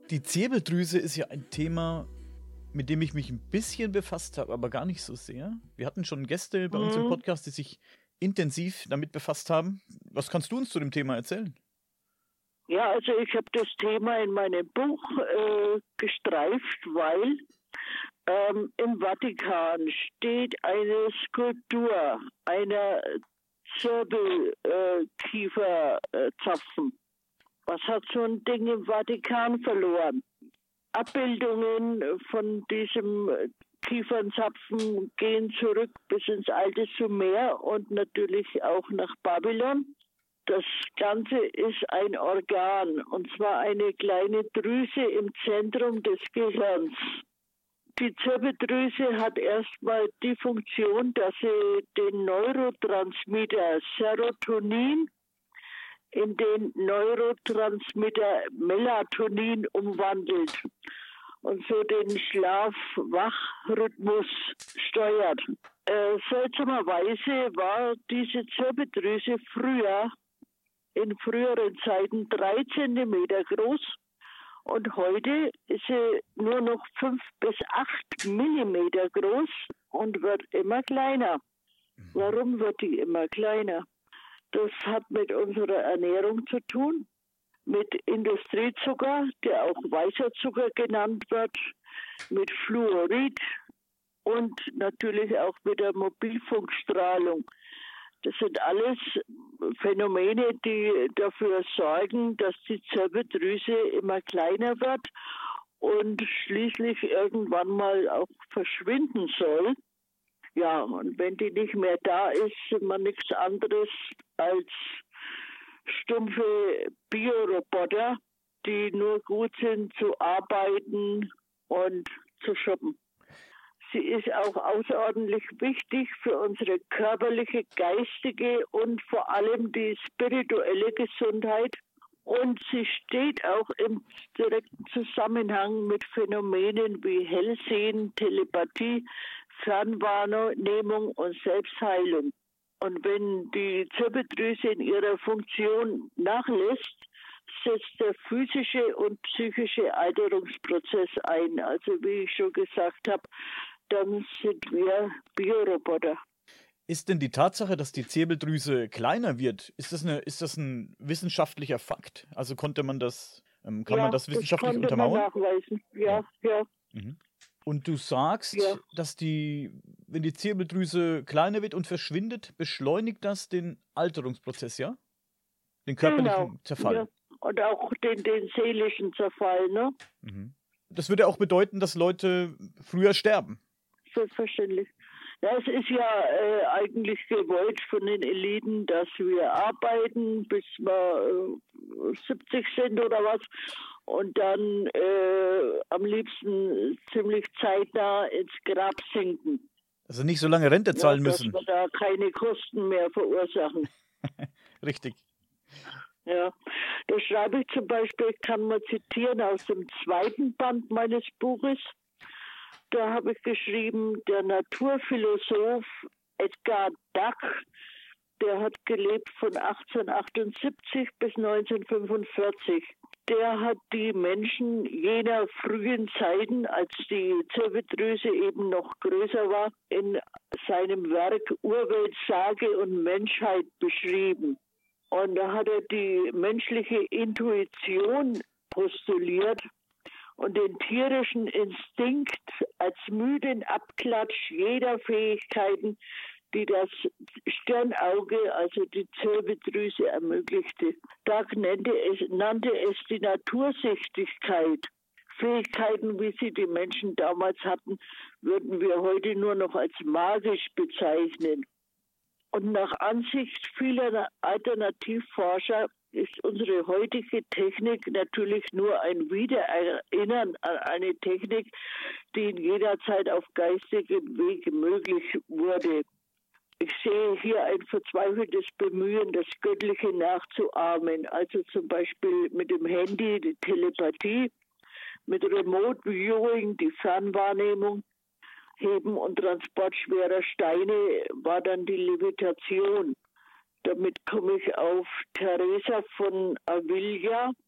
Die Zirbeldrüse ist ja ein Thema, mit dem ich mich ein bisschen befasst habe, aber gar nicht so sehr. Wir hatten schon Gäste bei uns im Podcast, die sich intensiv damit befasst haben. Was kannst du uns zu dem Thema erzählen? Ja, also ich habe das Thema in meinem Buch gestreift, weil im Vatikan steht eine Skulptur einer Zirbelkieferzapfen. Was hat so ein Ding im Vatikan verloren? Abbildungen von diesem Kiefernzapfen gehen zurück bis ins alte Sumer und natürlich auch nach Babylon. Das Ganze ist ein Organ, und zwar eine kleine Drüse im Zentrum des Gehirns. Die Zirbeldrüse hat erstmal die Funktion, dass sie den Neurotransmitter Serotonin in den Neurotransmitter Melatonin umwandelt und so den Schlaf-Wach-Rhythmus steuert. Seltsamerweise war diese Zirbeldrüse in früheren Zeiten 3 Zentimeter groß. Und heute ist sie nur noch 5 bis 8 Millimeter groß und wird immer kleiner. Warum wird die immer kleiner? Das hat mit unserer Ernährung zu tun, mit Industriezucker, der auch weißer Zucker genannt wird, mit Fluorid und natürlich auch mit der Mobilfunkstrahlung. Das sind alles Phänomene, die dafür sorgen, dass die Zirbeldrüse immer kleiner wird und schließlich irgendwann mal auch verschwinden soll. Ja, und wenn die nicht mehr da ist, sind wir nichts anderes als stumpfe Bioroboter, die nur gut sind zu arbeiten und zu shoppen. Sie ist auch außerordentlich wichtig für unsere körperliche, geistige und vor allem die spirituelle Gesundheit. Und sie steht auch im direkten Zusammenhang mit Phänomenen wie Hellsehen, Telepathie, Fernwahrnehmung und Selbstheilung. Und wenn die Zirbeldrüse in ihrer Funktion nachlässt, setzt der physische und psychische Alterungsprozess ein. Also wie ich schon gesagt habe, dann sind wir Bioroboter. Ist denn die Tatsache, dass die Zirbeldrüse kleiner wird, ist das ein wissenschaftlicher Fakt? Also kann man das wissenschaftlich untermauern? Das konnte man nachweisen, ja. Mhm. Und du sagst, dass wenn die Zirbeldrüse kleiner wird und verschwindet, beschleunigt das den Alterungsprozess, ja? Den körperlichen Zerfall. Ja. Und auch den seelischen Zerfall, ne? Mhm. Das würde auch bedeuten, dass Leute früher sterben. Selbstverständlich. Ja, es ist ja eigentlich gewollt von den Eliten, dass wir arbeiten, bis wir 70 sind oder was und dann am liebsten ziemlich zeitnah ins Grab sinken. Also nicht so lange Rente zahlen müssen. Dass wir da keine Kosten mehr verursachen. Richtig. Ja, das schreibe ich zum Beispiel, kann man zitieren aus dem 2. Band meines Buches. Da habe ich geschrieben, der Naturphilosoph Edgar Duck, der hat gelebt von 1878 bis 1945. Der hat die Menschen jener frühen Zeiten, als die Zirbeldrüse eben noch größer war, in seinem Werk Urwelt, Sage und Menschheit beschrieben. Und da hat er die menschliche Intuition postuliert und den tierischen Instinkt als müden Abklatsch jeder Fähigkeiten, die das Stirnauge, also die Zirbeldrüse, ermöglichte. Dark nannte es die Natursichtigkeit. Fähigkeiten, wie sie die Menschen damals hatten, würden wir heute nur noch als magisch bezeichnen. Und nach Ansicht vieler Alternativforscher ist unsere heutige Technik natürlich nur ein Wiedererinnern an eine Technik, die in jeder Zeit auf geistigem Weg möglich wurde. Ich sehe hier ein verzweifeltes Bemühen, das Göttliche nachzuahmen. Also zum Beispiel mit dem Handy die Telepathie, mit Remote Viewing die Fernwahrnehmung, Heben und Transport schwerer Steine war dann die Levitation. Damit komme ich auf Teresa von Avila,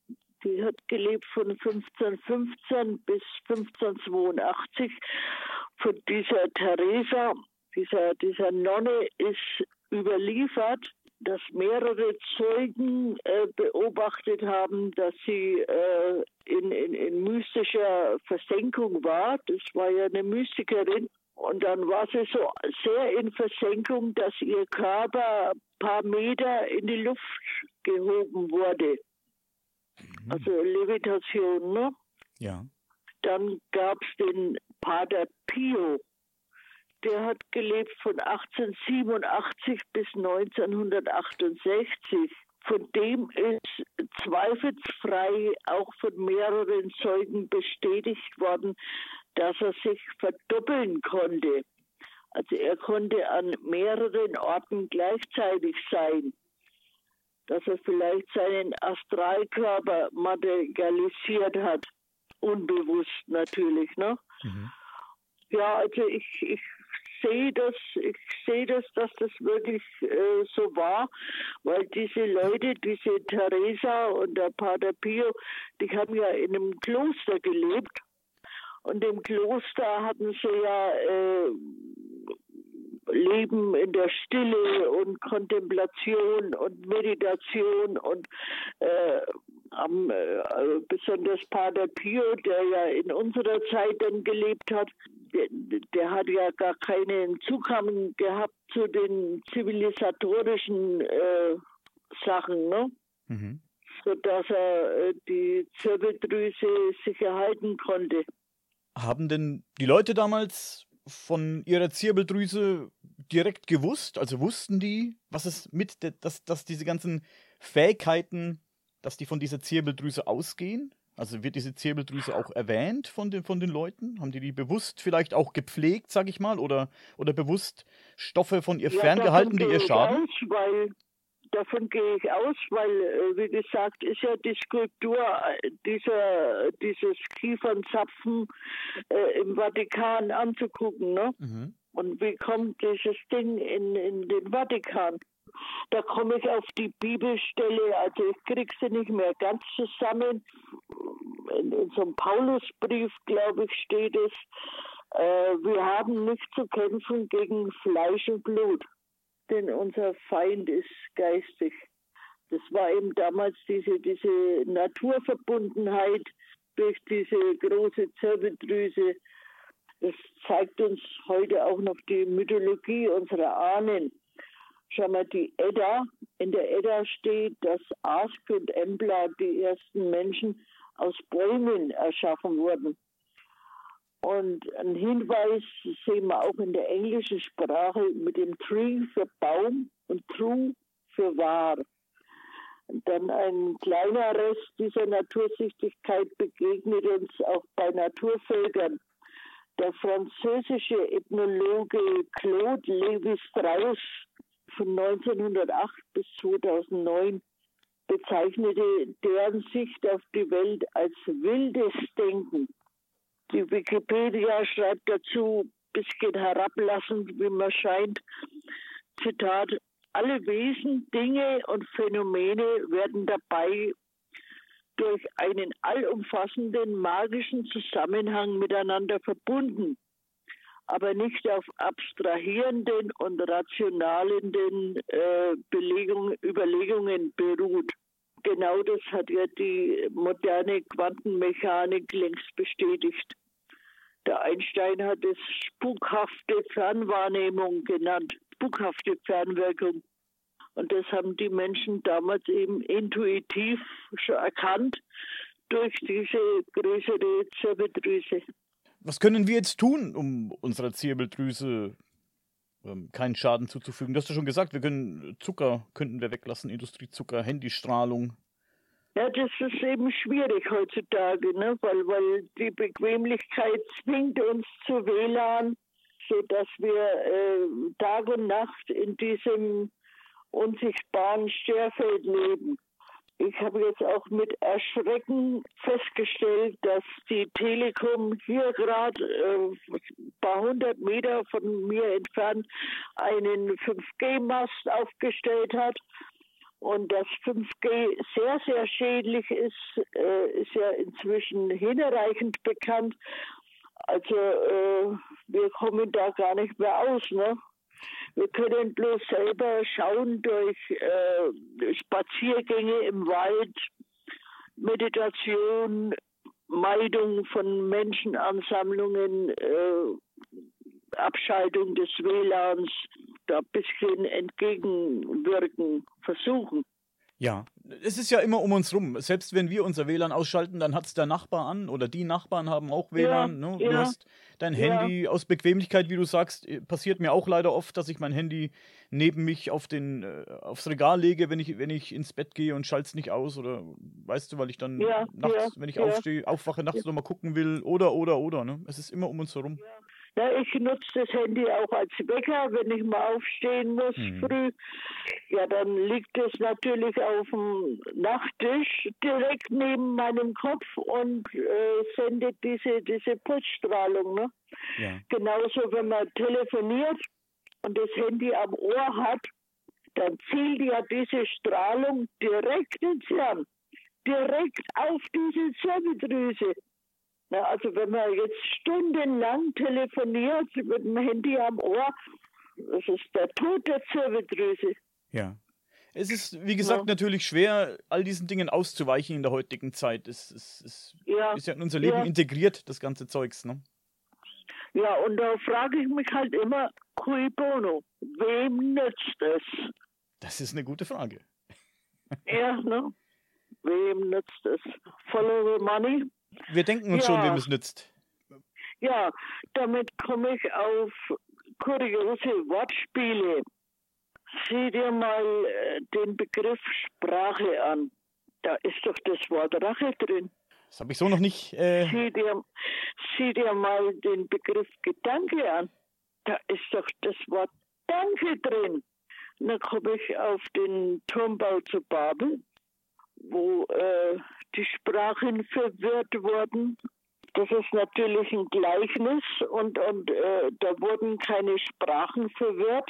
Die hat gelebt von 1515 bis 1582. Von dieser Theresa, dieser Nonne, ist überliefert, dass mehrere Zeugen beobachtet haben, dass sie in mystischer Versenkung war. Das war ja eine Mystikerin. Und dann war sie so sehr in Versenkung, dass ihr Körper ein paar Meter in die Luft gehoben wurde. Also Levitation, ne? Ja. Dann gab es den Pater Pio. Der hat gelebt von 1887 bis 1968. Von dem ist zweifelsfrei auch von mehreren Zeugen bestätigt worden, dass er sich verdoppeln konnte. Also er konnte an mehreren Orten gleichzeitig sein. Dass er vielleicht seinen Astralkörper materialisiert hat. Unbewusst natürlich, ne? Mhm. Ja, also ich sehe das, dass das wirklich so war, weil diese Leute, diese Theresa und der Pater Pio, die haben ja in einem Kloster gelebt. Und im Kloster hatten sie ja Leben in der Stille und Kontemplation und Meditation und besonders Pater Pio, der ja in unserer Zeit dann gelebt hat, der hat ja gar keinen Zugang gehabt zu den zivilisatorischen Sachen, ne? Mhm. Sodass er die Zirbeldrüse sich erhalten konnte. Haben denn die Leute damals von ihrer Zirbeldrüse direkt gewusst? Also wussten die, was es dass diese ganzen Fähigkeiten, dass die von dieser Zirbeldrüse ausgehen? Also wird diese Zirbeldrüse auch erwähnt von den Leuten? Haben die bewusst vielleicht auch gepflegt, sag ich mal, oder bewusst Stoffe von ihr ferngehalten, die ihr schaden? Davon gehe ich aus, weil, wie gesagt, ist ja die Skulptur dieses Kiefernzapfen im Vatikan anzugucken, ne? Mhm. Und wie kommt dieses Ding in den Vatikan? Da komme ich auf die Bibelstelle, also ich kriege sie nicht mehr ganz zusammen. In so einem Paulusbrief, glaube ich, steht es, wir haben nicht zu kämpfen gegen Fleisch und Blut, denn unser Feind ist geistig. Das war eben damals diese Naturverbundenheit durch diese große Zirbeldrüse. Das zeigt uns heute auch noch die Mythologie unserer Ahnen. Schau mal, die Edda, in der Edda steht, dass Ask und Embla, die ersten Menschen, aus Bäumen erschaffen wurden. Und einen Hinweis sehen wir auch in der englischen Sprache mit dem Tree für Baum und True für wahr. Und dann ein kleiner Rest dieser Natursichtigkeit begegnet uns auch bei Naturvölkern. Der französische Ethnologe Claude Lévi-Strauss von 1908 bis 2009 bezeichnete deren Sicht auf die Welt als wildes Denken. Die Wikipedia schreibt dazu, bisschen herablassend, wie man scheint, Zitat, alle Wesen, Dinge und Phänomene werden dabei durch einen allumfassenden magischen Zusammenhang miteinander verbunden, aber nicht auf abstrahierenden und rationalen Überlegungen beruht. Genau das hat ja die moderne Quantenmechanik längst bestätigt. Der Einstein hat es spukhafte Fernwahrnehmung genannt, spukhafte Fernwirkung. Und das haben die Menschen damals eben intuitiv schon erkannt durch diese größere Zirbeldrüse. Was können wir jetzt tun, um unserer Zirbeldrüse keinen Schaden zuzufügen? Du hast ja schon gesagt, könnten wir weglassen, Industriezucker, Handystrahlung. Ja, das ist eben schwierig heutzutage, ne? Weil die Bequemlichkeit zwingt uns zu WLAN, sodass wir Tag und Nacht in diesem unsichtbaren Störfeld leben. Ich habe jetzt auch mit Erschrecken festgestellt, dass die Telekom hier gerade ein paar hundert Meter von mir entfernt einen 5G-Mast aufgestellt hat. Und dass 5G sehr, sehr schädlich ist, ist ja inzwischen hinreichend bekannt. Also wir kommen da gar nicht mehr aus, ne? Wir können bloß selber schauen durch Spaziergänge im Wald, Meditation, Meidung von Menschenansammlungen, Abschaltung des WLANs, da ein bisschen entgegenwirken, versuchen. Ja, es ist ja immer um uns rum. Selbst wenn wir unser WLAN ausschalten, dann hat es der Nachbar an oder die Nachbarn haben auch WLAN. Ja, Ne? ja, Du hast dein Handy aus Bequemlichkeit, wie du sagst, passiert mir auch leider oft, dass ich mein Handy neben mich aufs Regal lege, wenn ich ins Bett gehe und schalte es nicht aus. Oder weißt du, weil ich dann nachts, wenn ich aufwache, nachts nochmal gucken will. Oder. Ne? Es ist immer um uns herum. Ja, ich nutze das Handy auch als Wecker, wenn ich mal aufstehen muss früh. Ja, dann liegt es natürlich auf dem Nachttisch direkt neben meinem Kopf und sendet diese Pulsstrahlung. Ne? Ja. Genauso, wenn man telefoniert und das Handy am Ohr hat, dann zielt ja diese Strahlung direkt ins Hirn, direkt auf diese Zirbeldrüse. Na, also wenn man jetzt stundenlang telefoniert mit dem Handy am Ohr, das ist der Tod der Zirbeldrüse. Ja. Es ist, wie gesagt, natürlich schwer, all diesen Dingen auszuweichen in der heutigen Zeit. Es ist ja in unser Leben integriert, das ganze Zeugs, ne? Ja, und da frage ich mich halt immer, cui bono, wem nützt es? Das ist eine gute Frage. Ja, ne? Wem nützt es? Follow the money? Wir denken uns schon, wem es nützt. Ja, damit komme ich auf kuriose Wortspiele. Sieh dir mal den Begriff Sprache an. Da ist doch das Wort Rache drin. Das habe ich so noch nicht. Sieh dir mal den Begriff Gedanke an. Da ist doch das Wort Danke drin. Und dann komme ich auf den Turmbau zu Babel, wo die Sprachen verwirrt wurden. Das ist natürlich ein Gleichnis und da wurden keine Sprachen verwirrt,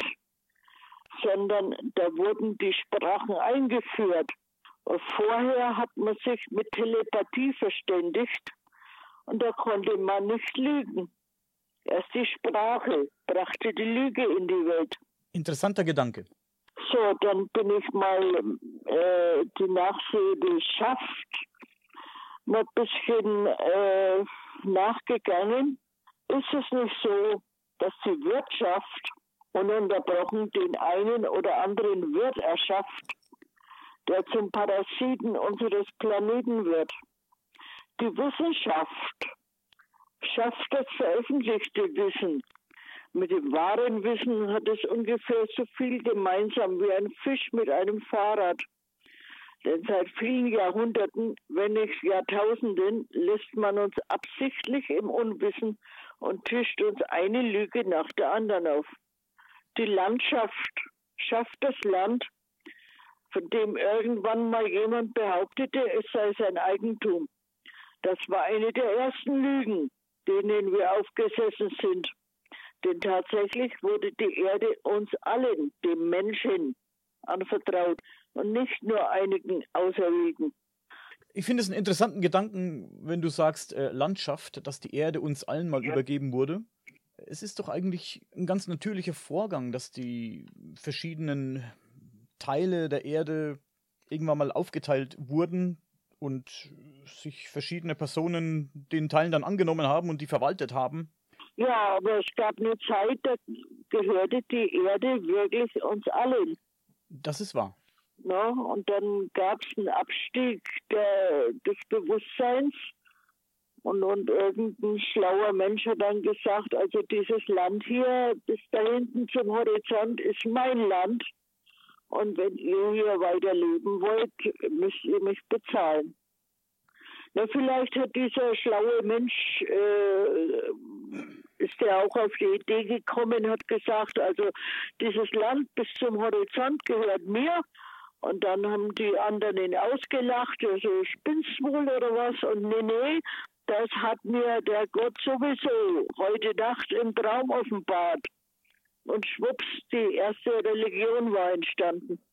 sondern da wurden die Sprachen eingeführt. Und vorher hat man sich mit Telepathie verständigt und da konnte man nicht lügen. Erst die Sprache brachte die Lüge in die Welt. Interessanter Gedanke. So, dann bin ich mal die Nachrede schafft, mal ein bisschen nachgegangen. Ist es nicht so, dass die Wirtschaft ununterbrochen den einen oder anderen Wirt erschafft, der zum Parasiten unseres Planeten wird? Die Wissenschaft schafft das veröffentlichte Wissen. Mit dem wahren Wissen hat es ungefähr so viel gemeinsam wie ein Fisch mit einem Fahrrad. Denn seit vielen Jahrhunderten, wenn nicht Jahrtausenden, lässt man uns absichtlich im Unwissen und tischt uns eine Lüge nach der anderen auf. Die Landschaft schafft das Land, von dem irgendwann mal jemand behauptete, es sei sein Eigentum. Das war eine der ersten Lügen, denen wir aufgesessen sind. Denn tatsächlich wurde die Erde uns allen, dem Menschen, anvertraut und nicht nur einigen Auserwählten. Ich finde es einen interessanten Gedanken, wenn du sagst, Landschaft, dass die Erde uns allen mal übergeben wurde. Es ist doch eigentlich ein ganz natürlicher Vorgang, dass die verschiedenen Teile der Erde irgendwann mal aufgeteilt wurden und sich verschiedene Personen den Teilen dann angenommen haben und die verwaltet haben. Ja, aber es gab eine Zeit, da gehörte die Erde wirklich uns allen. Das ist wahr. Ja, und dann gab es einen Abstieg des Bewusstseins und irgendein schlauer Mensch hat dann gesagt, also dieses Land hier bis da hinten zum Horizont ist mein Land und wenn ihr hier weiter leben wollt, müsst ihr mich bezahlen. Na, vielleicht hat dieser schlaue Mensch ist er auch auf die Idee gekommen, hat gesagt, also dieses Land bis zum Horizont gehört mir. Und dann haben die anderen ihn ausgelacht, also spinnst wohl oder was? Und nee, das hat mir der Gott sowieso heute Nacht im Traum offenbart. Und schwupps, die erste Religion war entstanden.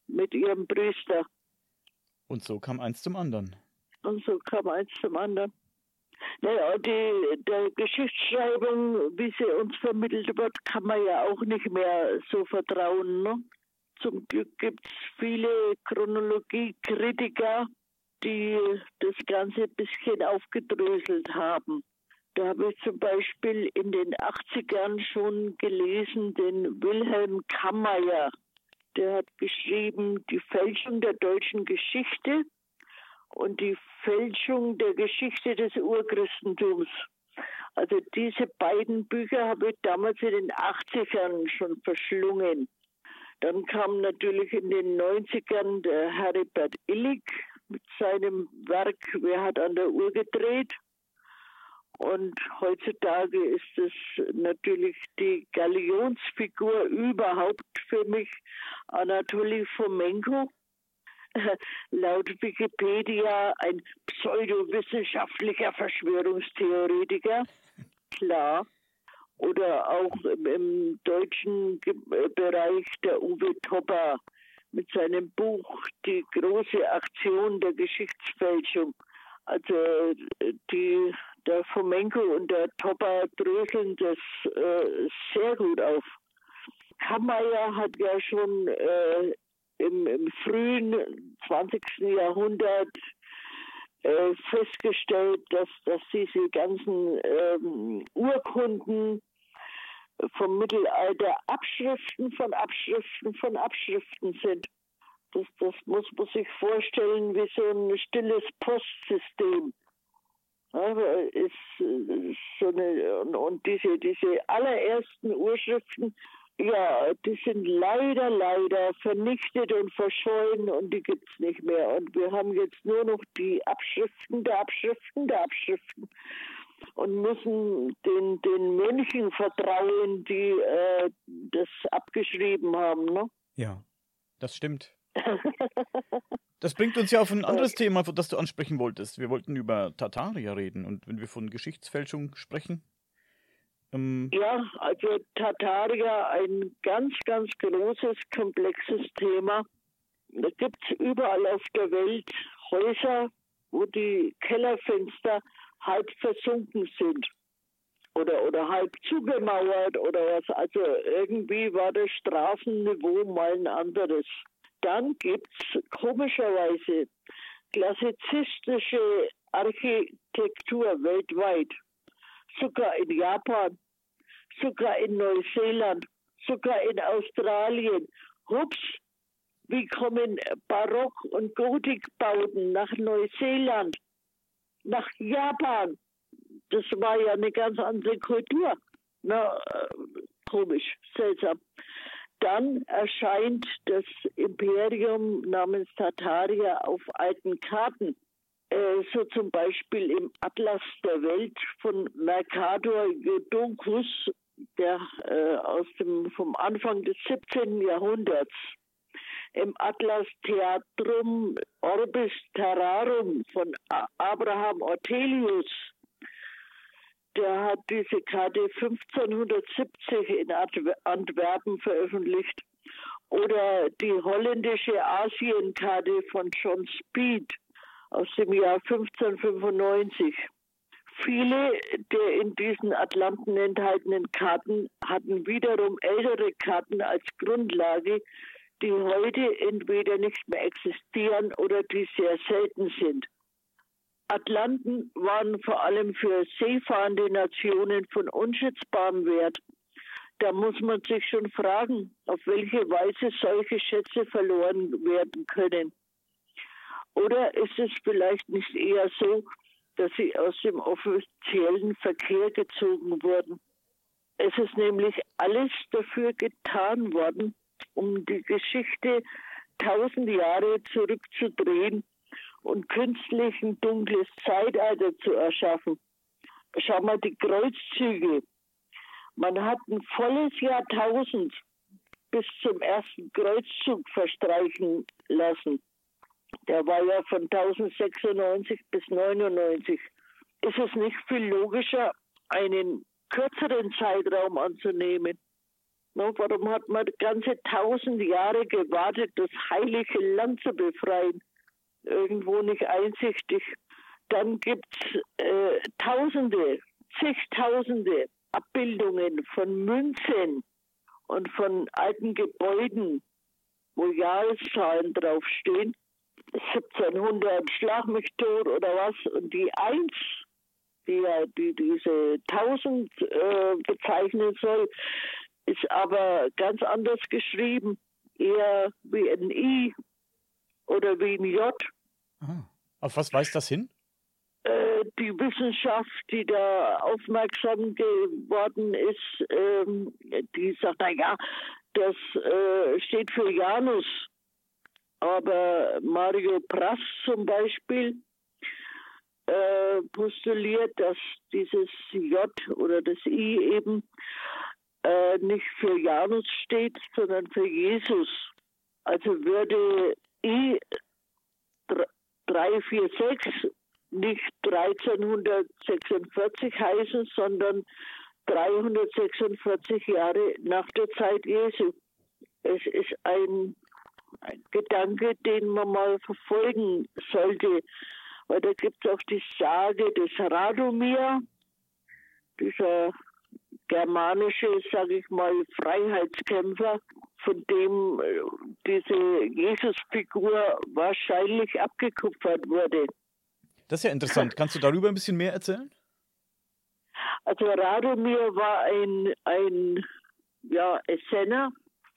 mit ihrem Priester. Und so kam eins zum anderen. Und so kam eins zum anderen. Naja, der Geschichtsschreibung, wie sie uns vermittelt wird, kann man ja auch nicht mehr so vertrauen. Ne? Zum Glück gibt es viele Chronologiekritiker, die das Ganze ein bisschen aufgedröselt haben. Da habe ich zum Beispiel in den 80ern schon gelesen, den Wilhelm Kammeyer. Der hat geschrieben, die Fälschung der deutschen Geschichte und die Fälschung der Geschichte des Urchristentums. Also diese beiden Bücher habe ich damals in den 80ern schon verschlungen. Dann kam natürlich in den 90ern der Heribert Illig mit seinem Werk Wer hat an der Uhr gedreht? Und heutzutage ist es natürlich die Galionsfigur überhaupt für mich, Anatoli Fomenko. Laut Wikipedia ein pseudowissenschaftlicher Verschwörungstheoretiker, klar. Oder auch im deutschen Bereich der Uwe Topper mit seinem Buch Die große Aktion der Geschichtsfälschung. Also der Fomenko und der Topper dröseln das sehr gut auf. Kammeyer hat ja schon im frühen 20. Jahrhundert festgestellt, dass diese ganzen Urkunden vom Mittelalter Abschriften von Abschriften von Abschriften sind. Das muss man sich vorstellen wie so ein stilles Postsystem. Ja, und diese allerersten Urschriften, ja, die sind leider vernichtet und verschollen und die gibt es nicht mehr. Und wir haben jetzt nur noch die Abschriften der Abschriften der Abschriften und müssen den Mönchen vertrauen, die das abgeschrieben haben. Ne? Ja, das stimmt. Das bringt uns ja auf ein anderes Thema, das du ansprechen wolltest. Wir wollten über Tartarier reden und wenn wir von Geschichtsfälschung sprechen. Ja, also Tartarier, ein ganz großes, komplexes Thema. Da gibt es überall auf der Welt Häuser, wo die Kellerfenster halb versunken sind oder halb zugemauert oder was. Also irgendwie war das Straßenniveau mal ein anderes. Dann gibt es komischerweise klassizistische Architektur weltweit. Sogar in Japan, sogar in Neuseeland, sogar in Australien. Hups, wie kommen Barock- und Gotikbauten nach Neuseeland, nach Japan? Das war ja eine ganz andere Kultur. Na, komisch, seltsam. Dann erscheint das Imperium namens Tartarier auf alten Karten. So zum Beispiel im Atlas der Welt von Mercator Jodocus, der vom Anfang des 17. Jahrhunderts. Im Atlas Theatrum Orbis Terrarum von Abraham Ortelius. Der hat diese Karte 1570 in Antwerpen veröffentlicht. Oder die holländische Asienkarte von John Speed aus dem Jahr 1595. Viele der in diesen Atlanten enthaltenen Karten hatten wiederum ältere Karten als Grundlage, die heute entweder nicht mehr existieren oder die sehr selten sind. Atlanten waren vor allem für seefahrende Nationen von unschätzbarem Wert. Da muss man sich schon fragen, auf welche Weise solche Schätze verloren werden können. Oder ist es vielleicht nicht eher so, dass sie aus dem offiziellen Verkehr gezogen wurden? Es ist nämlich alles dafür getan worden, um die Geschichte 1000 Jahre zurückzudrehen und künstlich ein dunkles Zeitalter zu erschaffen. Schau mal, die Kreuzzüge. Man hat ein volles Jahrtausend bis zum ersten Kreuzzug verstreichen lassen. Der war ja von 1096 bis 99. Ist es nicht viel logischer, einen kürzeren Zeitraum anzunehmen? No, warum hat man ganze 1000 Jahre gewartet, das heilige Land zu befreien? Irgendwo nicht einsichtig. Dann gibt es Tausende, zigtausende Abbildungen von Münzen und von alten Gebäuden, wo Jahreszahlen draufstehen. 1700, schlag mich tot oder was. Und die Eins, die diese 1000 bezeichnen soll, ist aber ganz anders geschrieben. Eher wie ein I oder wie ein J. Aha. Auf was weist das hin? Die Wissenschaft, die da aufmerksam geworden ist, die sagt, naja, das steht für Janus. Aber Mario Pras zum Beispiel postuliert, dass dieses J oder das I eben nicht für Janus steht, sondern für Jesus. Also würde I 346 nicht 1346 heißen, sondern 346 Jahre nach der Zeit Jesu. Es ist ein Gedanke, den man mal verfolgen sollte, weil da gibt es auch die Sage des Radomir, dieser germanische, sage ich mal, Freiheitskämpfer, von dem diese Jesusfigur wahrscheinlich abgekupfert wurde. Das ist ja interessant. Kannst du darüber ein bisschen mehr erzählen? Also Radomir war ein Essener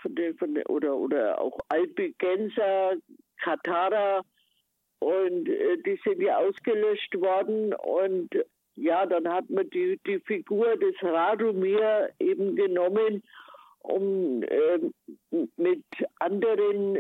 oder auch Albigenser, Katharer, und die sind ja ausgelöscht worden, und ja, dann hat man die Figur des Radomir eben genommen, um mit anderen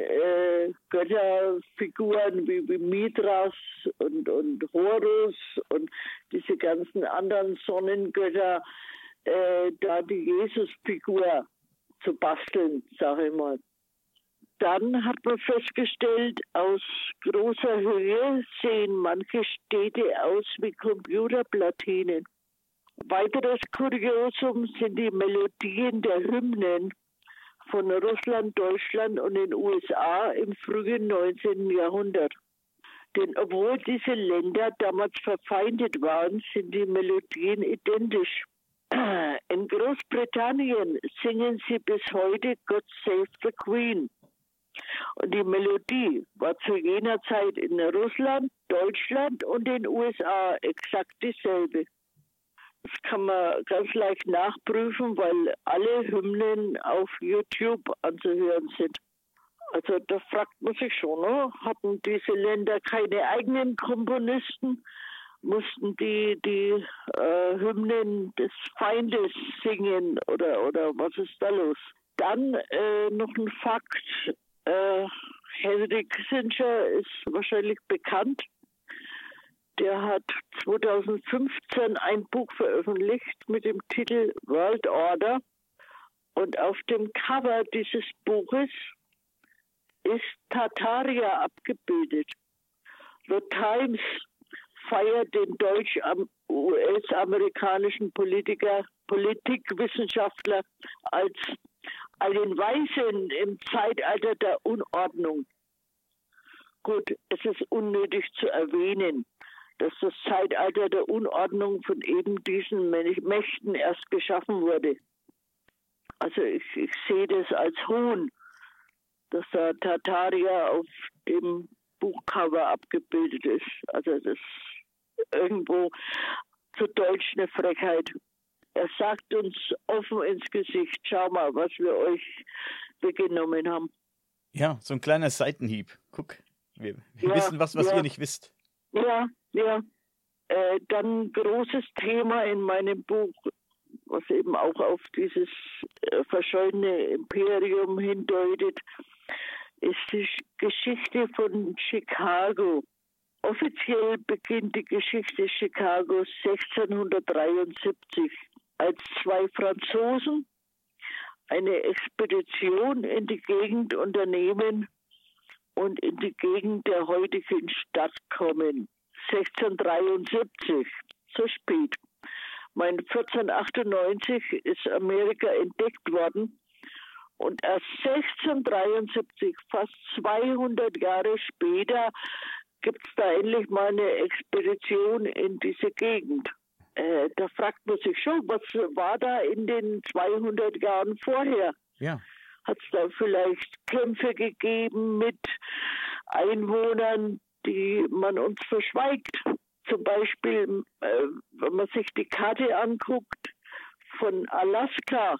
Götterfiguren wie Mithras und Horus und diese ganzen anderen Sonnengötter da die Jesusfigur zu basteln, sage ich mal. Dann hat man festgestellt, aus großer Höhe sehen manche Städte aus wie Computerplatinen. Weiteres Kuriosum sind die Melodien der Hymnen von Russland, Deutschland und den USA im frühen 19. Jahrhundert. Denn obwohl diese Länder damals verfeindet waren, sind die Melodien identisch. In Großbritannien singen sie bis heute God Save the Queen. Und die Melodie war zu jener Zeit in Russland, Deutschland und den USA exakt dieselbe. Das kann man ganz leicht nachprüfen, weil alle Hymnen auf YouTube anzuhören sind. Also da fragt man sich schon, ne? Hatten diese Länder keine eigenen Komponisten? Mussten die Hymnen des Feindes singen oder was ist da los? Dann noch ein Fakt. Henry Kissinger ist wahrscheinlich bekannt. Der hat 2015 ein Buch veröffentlicht mit dem Titel World Order. Und auf dem Cover dieses Buches ist Tartaria abgebildet. The Times feiert den deutsch-US-amerikanischen Politikwissenschaftler als einen Weisen im Zeitalter der Unordnung. Gut, es ist unnötig zu erwähnen, dass das Zeitalter der Unordnung von eben diesen Mächten erst geschaffen wurde. Also ich sehe das als Hohn, dass da Tartaria auf dem Buchcover abgebildet ist. Also das ist irgendwo zu Deutsch eine Frechheit. Er sagt uns offen ins Gesicht, schau mal, was wir euch weggenommen haben. Ja, so ein kleiner Seitenhieb. Guck, wir wissen was ihr nicht wisst. Ja. Dann ein großes Thema in meinem Buch, was eben auch auf dieses verschollene Imperium hindeutet, ist die Geschichte von Chicago. Offiziell beginnt die Geschichte Chicagos 1673, als zwei Franzosen eine Expedition in die Gegend unternehmen und in die Gegend der heutigen Stadt kommen. 1673, so spät. 1498 ist Amerika entdeckt worden Und erst 1673, fast 200 Jahre später, gibt es da endlich mal eine Expedition in diese Gegend. Da fragt man sich schon, was war da in den 200 Jahren vorher? Ja. Hat es da vielleicht Kämpfe gegeben mit Einwohnern, die man uns verschweigt? Zum Beispiel, wenn man sich die Karte anguckt, von Alaska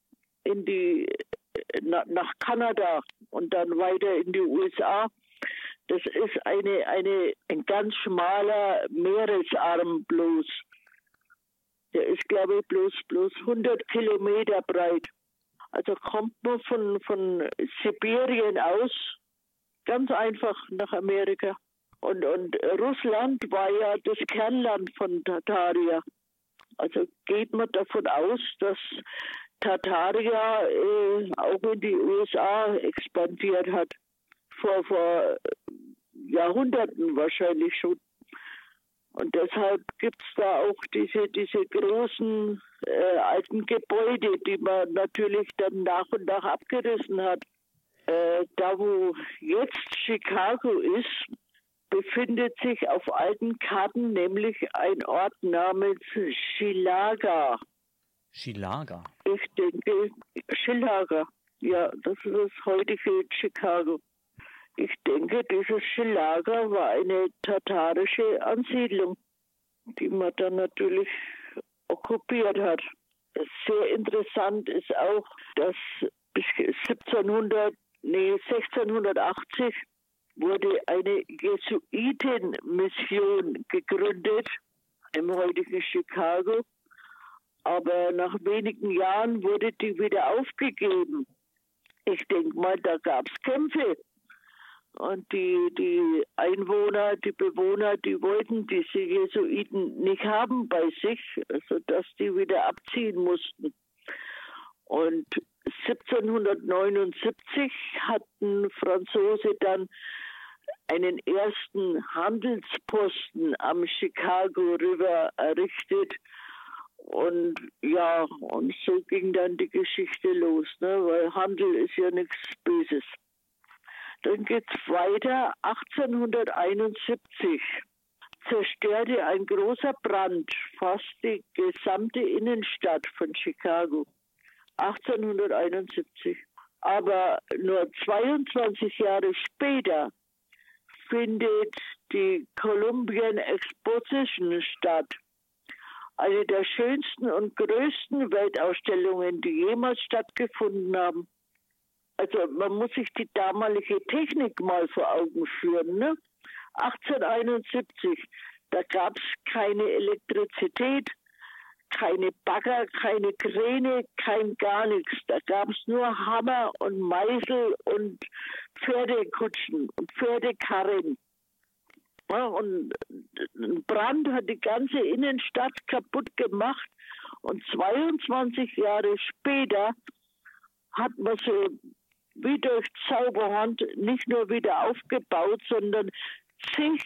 nach Kanada und dann weiter in die USA. Das ist ein ganz schmaler Meeresarm bloß. Der ist, glaube ich, bloß 100 Kilometer breit. Also kommt man von Sibirien aus ganz einfach nach Amerika. Und Russland war ja das Kernland von Tartaria. Also geht man davon aus, dass Tartaria auch in die USA expandiert hat. Vor Jahrhunderten wahrscheinlich schon. Und deshalb gibt es da auch diese großen alten Gebäude, die man natürlich dann nach und nach abgerissen hat. Da, wo jetzt Chicago ist, befindet sich auf alten Karten nämlich ein Ort namens Chilaga. Chilaga? Ich denke, Chilaga. Ja, das ist das heutige Chicago. Ich denke, dieses Chilaga war eine tatarische Ansiedlung, die man dann natürlich okkupiert hat. Sehr interessant ist auch, dass bis 1680 wurde eine Jesuitenmission gegründet im heutigen Chicago. Aber nach wenigen Jahren wurde die wieder aufgegeben. Ich denke mal, da gab es Kämpfe. Und die Einwohner, die Bewohner, die wollten diese Jesuiten nicht haben bei sich, sodass die wieder abziehen mussten. Und 1779 hatten Franzose dann einen ersten Handelsposten am Chicago River errichtet. Und ja, und so ging dann die Geschichte los, ne? Weil Handel ist ja nichts Böses. Dann geht's weiter. 1871 zerstörte ein großer Brand fast die gesamte Innenstadt von Chicago. 1871. Aber nur 22 Jahre später findet die Columbian Exposition statt. Eine der schönsten und größten Weltausstellungen, die jemals stattgefunden haben. Also man muss sich die damalige Technik mal vor Augen führen. Ne? 1871, da gab es keine Elektrizität, keine Bagger, keine Kräne, kein gar nichts. Da gab es nur Hammer und Meißel und Pferdekutschen und Pferdekarren. Ja, und ein Brand hat die ganze Innenstadt kaputt gemacht. Und 22 Jahre später hat man so wie durch Zauberhand nicht nur wieder aufgebaut, sondern zig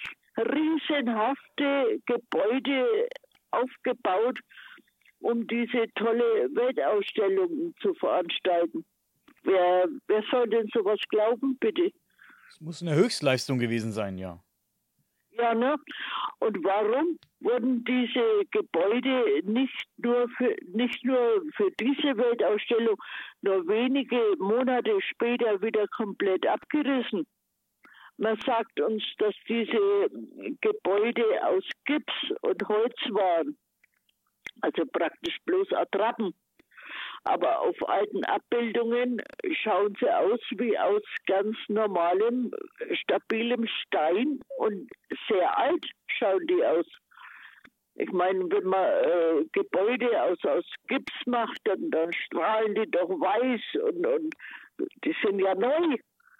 riesenhafte Gebäude aufgebaut, um diese tolle Weltausstellung zu veranstalten. Wer soll denn sowas glauben, bitte? Es muss eine Höchstleistung gewesen sein, ja. Ja, ne? Und warum wurden diese Gebäude nicht nur für diese Weltausstellung nur wenige Monate später wieder komplett abgerissen? Man sagt uns, dass diese Gebäude aus Gips und Holz waren, also praktisch bloß Attrappen. Aber auf alten Abbildungen schauen sie aus wie aus ganz normalem, stabilem Stein und sehr alt schauen die aus. Ich meine, wenn man Gebäude aus Gips macht, dann strahlen die doch weiß und die sind ja neu.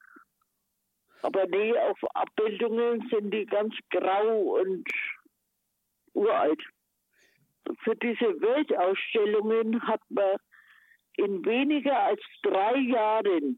Aber nee, auf Abbildungen sind die ganz grau und uralt. Für diese Weltausstellungen hat man in weniger als 3 Jahren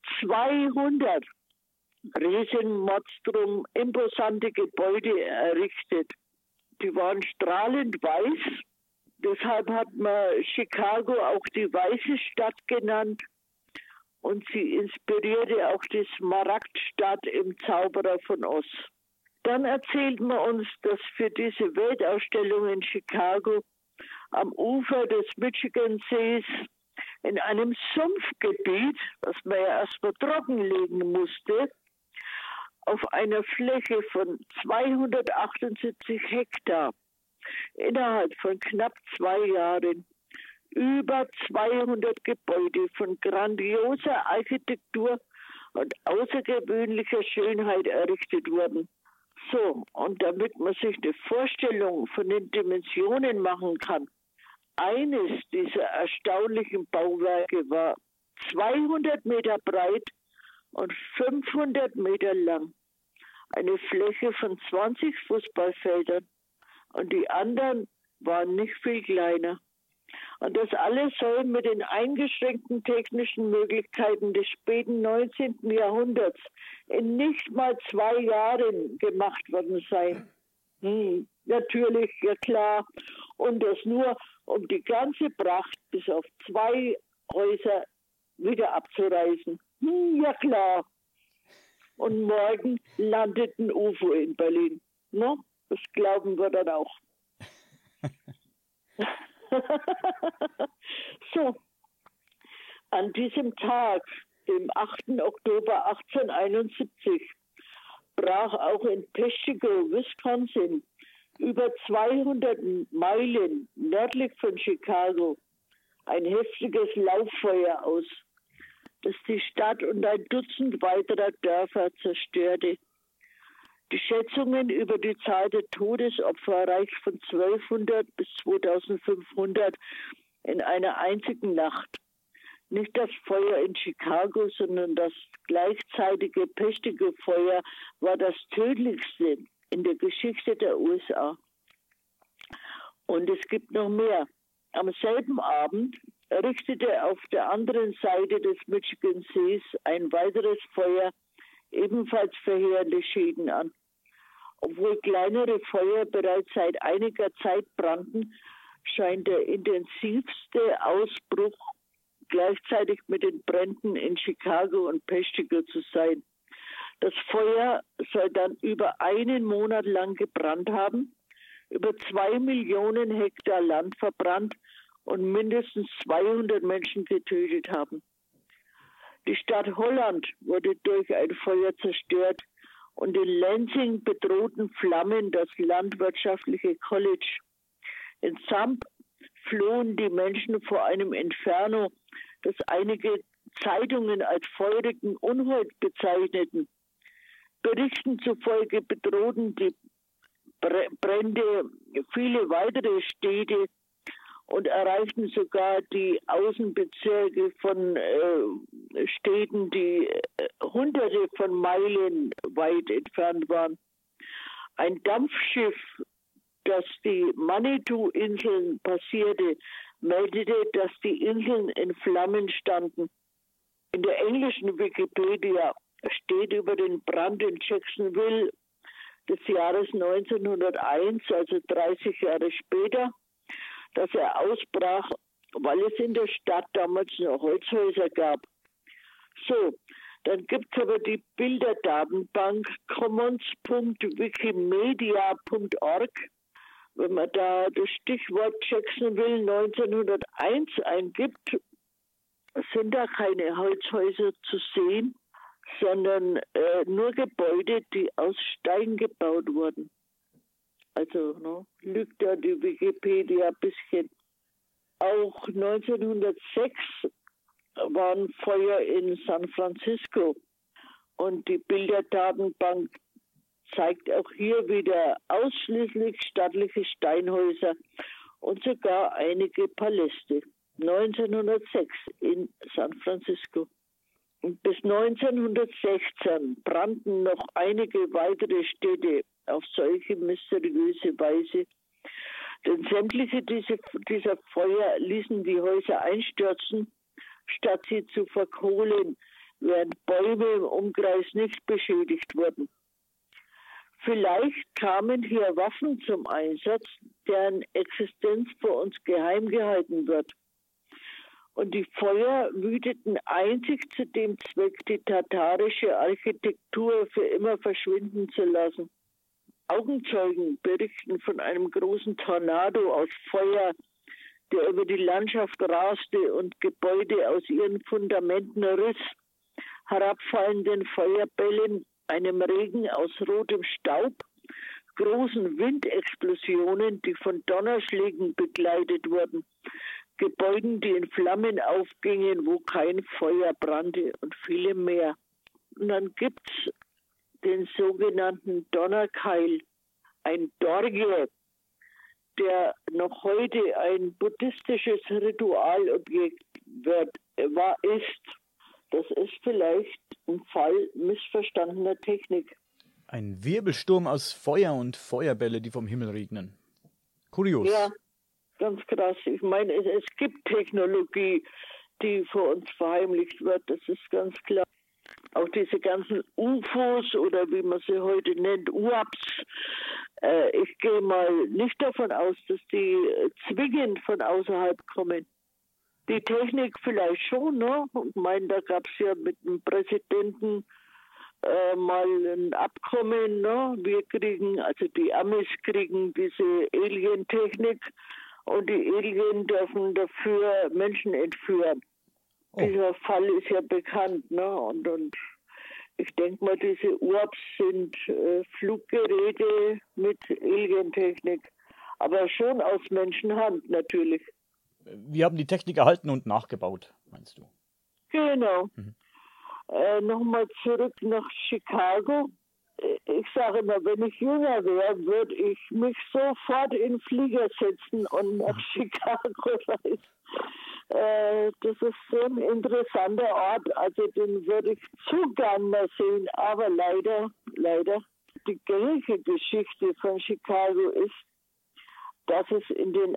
200 Riesenmonstrum imposante Gebäude errichtet. Die waren strahlend weiß. Deshalb hat man Chicago auch die weiße Stadt genannt. und sie inspirierte auch die Smaragdstadt im Zauberer von Oz. Dann erzählt man uns, dass für diese Weltausstellung in Chicago am Ufer des Michigansees in einem Sumpfgebiet, das man ja erstmal trockenlegen musste, auf einer Fläche von 278 Hektar innerhalb von knapp 2 Jahren über 200 Gebäude von grandioser Architektur und außergewöhnlicher Schönheit errichtet wurden. So, und damit man sich eine Vorstellung von den Dimensionen machen kann, eines dieser erstaunlichen Bauwerke war 200 Meter breit und 500 Meter lang. Eine Fläche von 20 Fußballfeldern und die anderen waren nicht viel kleiner. Und das alles soll mit den eingeschränkten technischen Möglichkeiten des späten 19. Jahrhunderts in nicht mal 2 Jahren gemacht worden sein. Natürlich, ja klar. Und das nur, um die ganze Pracht bis auf 2 Häuser wieder abzureißen. Ja klar. Und morgen landet ein UFO in Berlin. No? Das glauben wir dann auch. So, an diesem Tag, dem 8. Oktober 1871, brach auch in Peshtigo, Wisconsin, über 200 Meilen nördlich von Chicago, ein heftiges Lauffeuer aus, das die Stadt und ein Dutzend weiterer Dörfer zerstörte. Die Schätzungen über die Zahl der Todesopfer reicht von 1200 bis 2500 in einer einzigen Nacht. Nicht das Feuer in Chicago, sondern das gleichzeitige Peshtigo-Feuer war das tödlichste in der Geschichte der USA. Und es gibt noch mehr. Am selben Abend richtete auf der anderen Seite des Michigansees ein weiteres Feuer ebenfalls verheerende Schäden an. Obwohl kleinere Feuer bereits seit einiger Zeit brannten, scheint der intensivste Ausbruch gleichzeitig mit den Bränden in Chicago und Peshtigo zu sein. Das Feuer soll dann über 1 Monat lang gebrannt haben, über 2 Millionen Hektar Land verbrannt und mindestens 200 Menschen getötet haben. Die Stadt Holland wurde durch ein Feuer zerstört und in Lansing bedrohten Flammen das landwirtschaftliche College. In Zamp flohen die Menschen vor einem Inferno, das einige Zeitungen als feurigen Unhold bezeichneten. Berichten zufolge bedrohten die Brände viele weitere Städte und erreichten sogar die Außenbezirke von Städten, die Hunderte von Meilen weit entfernt waren. Ein Dampfschiff, das die Manitou-Inseln passierte, meldete, dass die Inseln in Flammen standen. In der englischen Wikipedia steht über den Brand in Jacksonville des Jahres 1901, also 30 Jahre später, dass er ausbrach, weil es in der Stadt damals noch Holzhäuser gab. So, dann gibt es aber die Bilderdatenbank commons.wikimedia.org. Wenn man da das Stichwort Jacksonville 1901 eingibt, sind da keine Holzhäuser zu sehen, sondern nur Gebäude, die aus Stein gebaut wurden. Also lügt da die Wikipedia ein bisschen. Auch 1906 waren Feuer in San Francisco und die Bilderdatenbank zeigt auch hier wieder ausschließlich stattliche Steinhäuser und sogar einige Paläste. 1906 in San Francisco. Und bis 1916 brannten noch einige weitere Städte auf solche mysteriöse Weise. Denn sämtliche dieser Feuer ließen die Häuser einstürzen, statt sie zu verkohlen, während Bäume im Umkreis nicht beschädigt wurden. Vielleicht kamen hier Waffen zum Einsatz, deren Existenz vor uns geheim gehalten wird. Und die Feuer wüteten einzig zu dem Zweck, die tatarische Architektur für immer verschwinden zu lassen. Augenzeugen berichten von einem großen Tornado aus Feuer, der über die Landschaft raste und Gebäude aus ihren Fundamenten riss, herabfallenden Feuerbällen, einem Regen aus rotem Staub, großen Windexplosionen, die von Donnerschlägen begleitet wurden, Gebäuden, die in Flammen aufgingen, wo kein Feuer brannte und viele mehr. Und dann gibt es den sogenannten Donnerkeil, ein Dorje, der noch heute ein buddhistisches Ritualobjekt ist. Das ist vielleicht ein Fall missverstandener Technik. Ein Wirbelsturm aus Feuer und Feuerbälle, die vom Himmel regnen. Kurios. Ja, ganz krass. Ich meine, es gibt Technologie, die vor uns verheimlicht wird, das ist ganz klar. Auch diese ganzen UFOs oder wie man sie heute nennt, UAPs. Ich gehe mal nicht davon aus, dass die zwingend von außerhalb kommen. Die Technik vielleicht schon, ne? Ich meine, da gab es ja mit dem Präsidenten mal ein Abkommen, ne? Also die Amis kriegen diese Alien-Technik und die Alien dürfen dafür Menschen entführen. Oh. Dieser Fall ist ja bekannt, ne? Und ich denke mal, diese UAPs sind Fluggeräte mit Alien-Technik, aber schon aus Menschenhand natürlich. Wir haben die Technik erhalten und nachgebaut, meinst du? Genau. Nochmal zurück nach Chicago. Ich sage immer, wenn ich jünger wäre, würde ich mich sofort in den Flieger setzen und nach Chicago reisen. Das ist so ein interessanter Ort, also den würde ich zu gern mal sehen. Aber leider, die gängige Geschichte von Chicago ist, dass es in den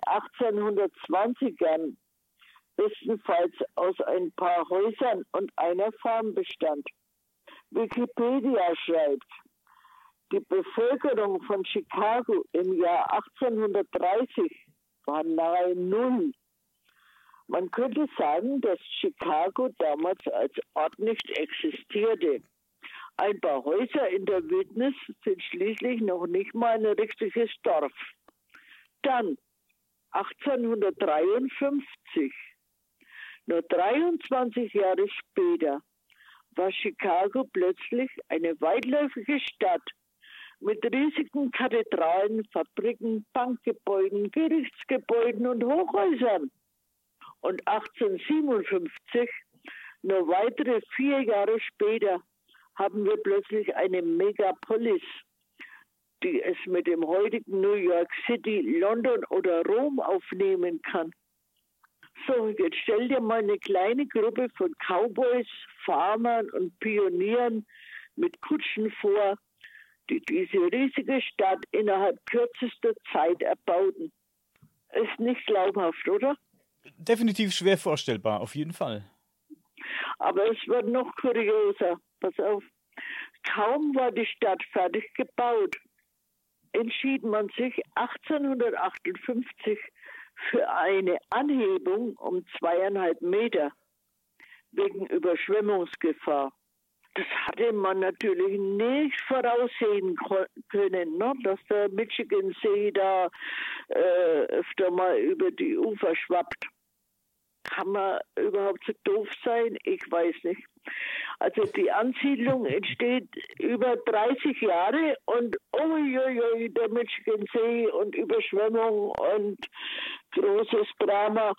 1820ern bestenfalls aus ein paar Häusern und einer Farm bestand. Wikipedia schreibt, die Bevölkerung von Chicago im Jahr 1830 war nahe Null. Man könnte sagen, dass Chicago damals als Ort nicht existierte. Ein paar Häuser in der Wildnis sind schließlich noch nicht mal ein richtiges Dorf. Dann 1853, nur 23 Jahre später, war Chicago plötzlich eine weitläufige Stadt mit riesigen Kathedralen, Fabriken, Bankgebäuden, Gerichtsgebäuden und Hochhäusern. Und 1857, nur weitere 4 Jahre später, haben wir plötzlich eine Megapolis, die es mit dem heutigen New York City, London oder Rom aufnehmen kann. So, jetzt stell dir mal eine kleine Gruppe von Cowboys, Farmern und Pionieren mit Kutschen vor, die diese riesige Stadt innerhalb kürzester Zeit erbauten. Ist nicht glaubhaft, oder? Definitiv schwer vorstellbar, auf jeden Fall. Aber es wird noch kurioser. Pass auf. Kaum war die Stadt fertig gebaut, entschied man sich 1858 für eine Anhebung um 2,5 Meter wegen Überschwemmungsgefahr. Das hatte man natürlich nicht voraussehen können, ne? Dass der Michigansee da öfter mal über die Ufer schwappt. Kann man überhaupt so doof sein? Ich weiß nicht. Also die Ansiedlung entsteht über 30 Jahre und uiuiui, der Michigansee und Überschwemmung und großes Drama.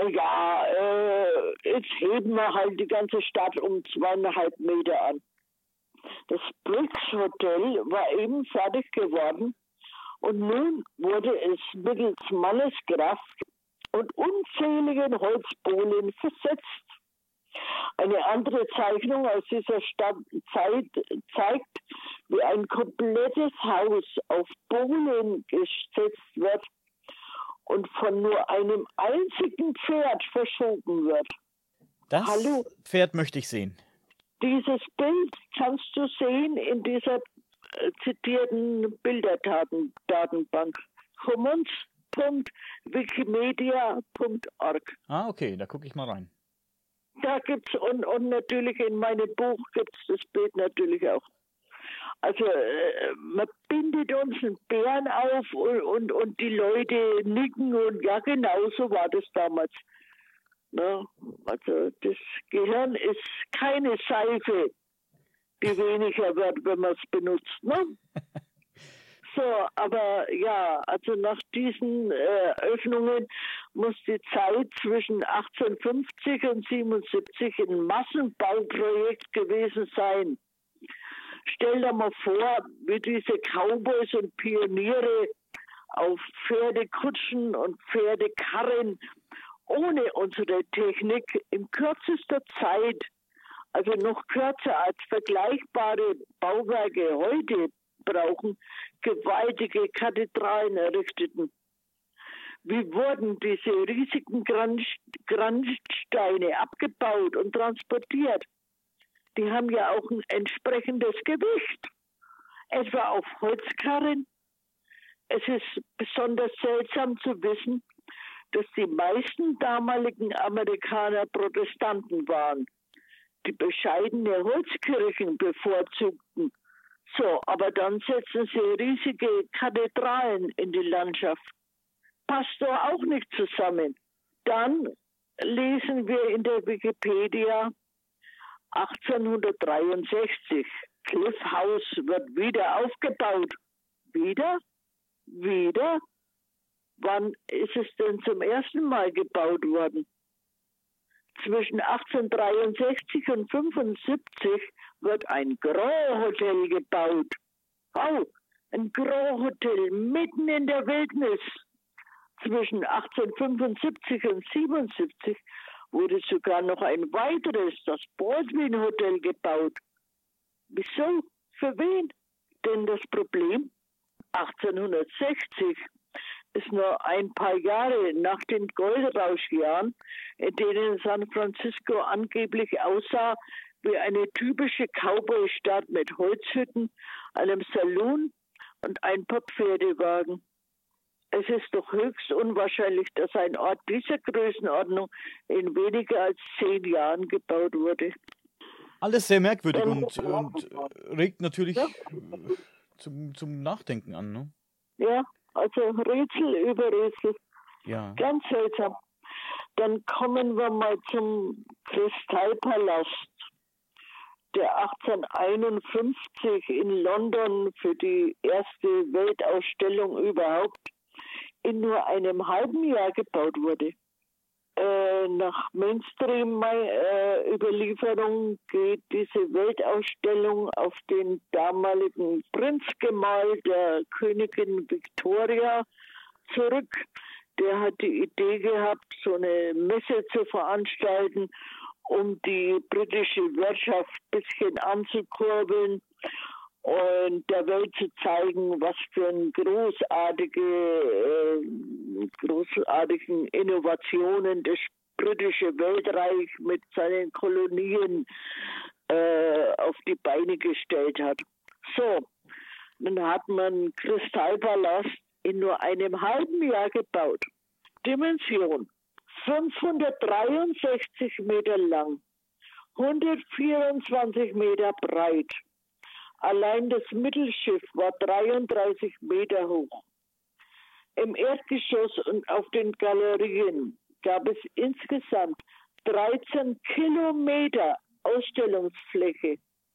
Naja, jetzt heben wir halt die ganze Stadt um 2,5 Meter an. Das Briggs Hotel war eben fertig geworden und nun wurde es mittels Manneskraft und unzähligen Holzbohlen versetzt. Eine andere Zeichnung aus dieser Zeit zeigt, wie ein komplettes Haus auf Bohlen gesetzt wird und von nur einem einzigen Pferd verschoben wird. Das Pferd möchte ich sehen. Dieses Bild kannst du sehen in dieser zitierten Bilderdatenbank. Commons.org. www.wikimedia.org. Ah, okay, da gucke ich mal rein. Da gibt's und natürlich in meinem Buch gibt's das Bild natürlich auch. Also man bindet uns einen Bären auf und die Leute nicken und ja genau so war das damals. Ne? Also das Gehirn ist keine Seife, die weniger wird, wenn man es benutzt. Ne? So, aber ja, also nach diesen Öffnungen muss die Zeit zwischen 1850 und 77 ein Massenbauprojekt gewesen sein. Stell dir mal vor, wie diese Cowboys und Pioniere auf Pferdekutschen und Pferdekarren ohne unsere Technik in kürzester Zeit, also noch kürzer als vergleichbare Bauwerke heute brauchen, gewaltige Kathedralen errichteten. Wie wurden diese riesigen Granitsteine abgebaut und transportiert? Die haben ja auch ein entsprechendes Gewicht, etwa auf Holzkarren. Es ist besonders seltsam zu wissen, dass die meisten damaligen Amerikaner Protestanten waren, die bescheidene Holzkirchen bevorzugten. So, aber dann setzen sie riesige Kathedralen in die Landschaft. Passt doch auch nicht zusammen. Dann lesen wir in der Wikipedia 1863. Cliff House wird wieder aufgebaut. Wieder? Wieder? Wann ist es denn zum ersten Mal gebaut worden? Zwischen 1863 und 1875 wird ein Grand Hotel gebaut. Oh, ein Grand Hotel mitten in der Wildnis. Zwischen 1875 und 1877 wurde sogar noch ein weiteres, das Baldwin Hotel, gebaut. Wieso? Für wen? Denn das Problem, 1860 ist nur ein paar Jahre nach den Goldrauschjahren, in denen San Francisco angeblich aussah wie eine typische Cowboy-Stadt mit Holzhütten, einem Saloon und ein paar Pferdewagen. Es ist doch höchst unwahrscheinlich, dass ein Ort dieser Größenordnung in weniger als 10 Jahren gebaut wurde. Alles sehr merkwürdig und regt natürlich zum Nachdenken an, ne? Ja, also Rätsel über Rätsel. Ja. Ganz seltsam. Dann kommen wir mal zum Kristallpalast, der 1851 in London für die erste Weltausstellung überhaupt in nur einem halben Jahr gebaut wurde. Nach Mainstream-Überlieferung geht diese Weltausstellung auf den damaligen Prinzgemahl der Königin Victoria zurück. Der hat die Idee gehabt, so eine Messe zu veranstalten, um die britische Wirtschaft ein bisschen anzukurbeln und der Welt zu zeigen, was für ein großartigen Innovationen das britische Weltreich mit seinen Kolonien auf die Beine gestellt hat. So, dann hat man Kristallpalast in nur einem halben Jahr gebaut. Dimension 563 Meter lang, 124 Meter breit. Allein das Mittelschiff war 33 Meter hoch. Im Erdgeschoss und auf den Galerien gab es insgesamt 13 Kilometer Ausstellungsfläche.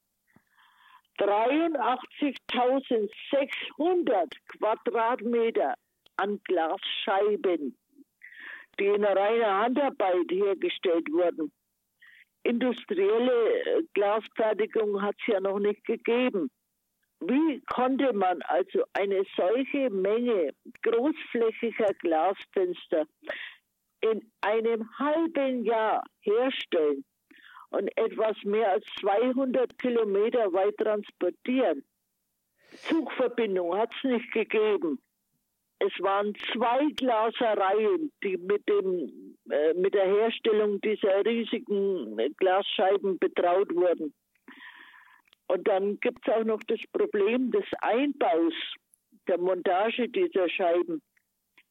83.600 Quadratmeter an Glasscheiben, die in reiner Handarbeit hergestellt wurden. Industrielle Glasfertigung hat es ja noch nicht gegeben. Wie konnte man also eine solche Menge großflächiger Glasfenster in einem halben Jahr herstellen und etwas mehr als 200 Kilometer weit transportieren? Zugverbindung hat es nicht gegeben. Es waren 2 Glasereien, die mit der Herstellung dieser riesigen Glasscheiben betraut wurden. Und dann gibt es auch noch das Problem des Einbaus, der Montage dieser Scheiben.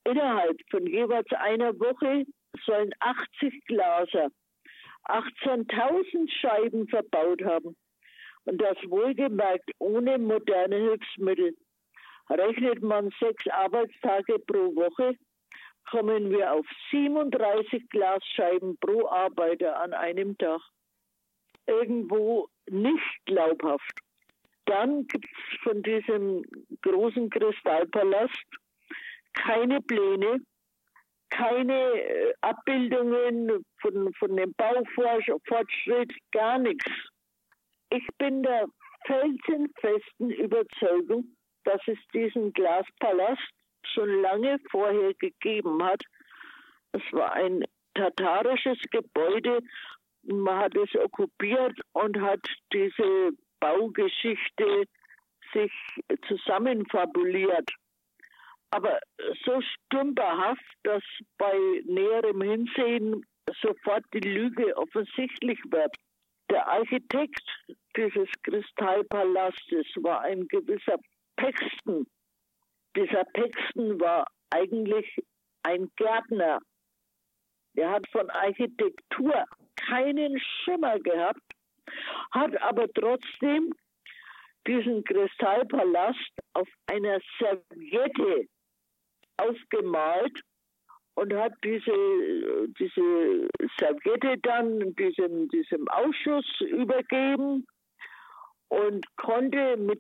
innerhalb von jeweils einer Woche sollen 80 Glaser 18.000 Scheiben verbaut haben. Und das wohlgemerkt ohne moderne Hilfsmittel. Rechnet man 6 Arbeitstage pro Woche, kommen wir auf 37 Glasscheiben pro Arbeiter an einem Tag. Irgendwo nicht glaubhaft. Dann gibt es von diesem großen Kristallpalast keine Pläne, keine Abbildungen von dem Baufortschritt, gar nichts. Ich bin der felsenfesten Überzeugung, dass es diesen Glaspalast schon lange vorher gegeben hat. Es war ein tatarisches Gebäude. Man hat es okkupiert und hat diese Baugeschichte sich zusammenfabuliert. Aber so stümperhaft, dass bei näherem Hinsehen sofort die Lüge offensichtlich wird. Der Architekt dieses Kristallpalastes war ein gewisser Paxton. Dieser Paxton war eigentlich ein Gärtner. Er hat von Architektur keinen Schimmer gehabt, hat aber trotzdem diesen Kristallpalast auf einer Serviette aufgemalt und hat diese Serviette dann diesem Ausschuss übergeben und konnte mit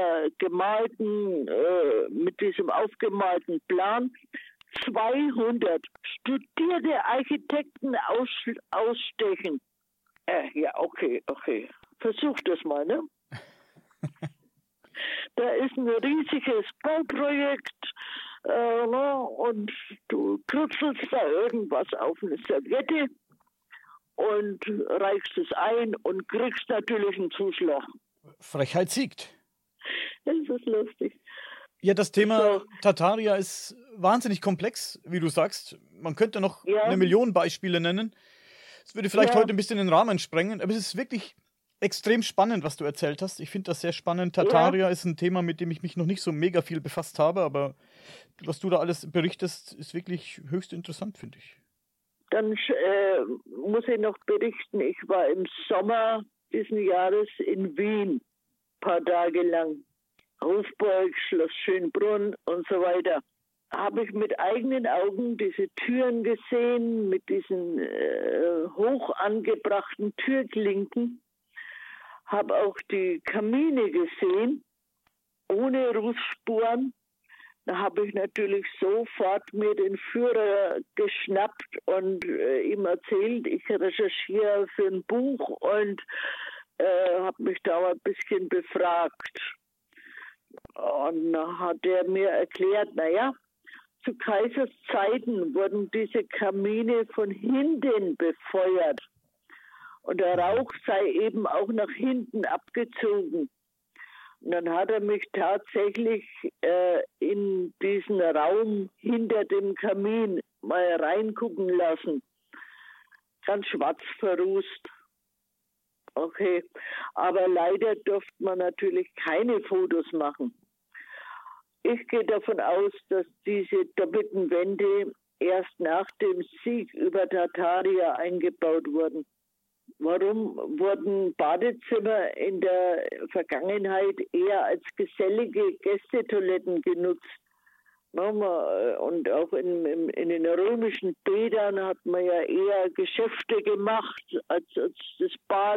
diesem aufgemalten Plan 200 studierte Architekten ausstechen. Ja, okay. Versuch das mal, ne? Da ist ein riesiges Bauprojekt und du kritzelst da irgendwas auf eine Serviette und reichst es ein und kriegst natürlich einen Zuschlag. Frechheit siegt. Das ist lustig. Ja, das Thema Tartaria ist wahnsinnig komplex, wie du sagst. Man könnte noch eine Million Beispiele nennen. Es würde vielleicht heute ein bisschen den Rahmen sprengen, aber es ist wirklich extrem spannend, was du erzählt hast. Ich finde das sehr spannend. Tartaria ist ein Thema, mit dem ich mich noch nicht so mega viel befasst habe, aber was du da alles berichtest, ist wirklich höchst interessant, finde ich. Dann muss ich noch berichten, ich war im Sommer diesen Jahres in Wien, ein paar Tage lang. Hofburg, Schloss Schönbrunn und so weiter. Habe ich mit eigenen Augen diese Türen gesehen, mit diesen hoch angebrachten Türklinken. Habe auch die Kamine gesehen, ohne Rußspuren. Da habe ich natürlich sofort mir den Führer geschnappt und ihm erzählt, ich recherchiere für ein Buch und habe mich da ein bisschen befragt. Und dann hat er mir erklärt, zu Kaisers Zeiten wurden diese Kamine von hinten befeuert. Und der Rauch sei eben auch nach hinten abgezogen. Und dann hat er mich tatsächlich in diesen Raum hinter dem Kamin mal reingucken lassen. Ganz schwarz verrußt. Okay, aber leider durfte man natürlich keine Fotos machen. Ich gehe davon aus, dass diese doppelten Wände erst nach dem Sieg über Tartaria eingebaut wurden. Warum wurden Badezimmer in der Vergangenheit eher als gesellige Gästetoiletten genutzt? Und auch in den römischen Bädern hat man ja eher Geschäfte gemacht, als das Bad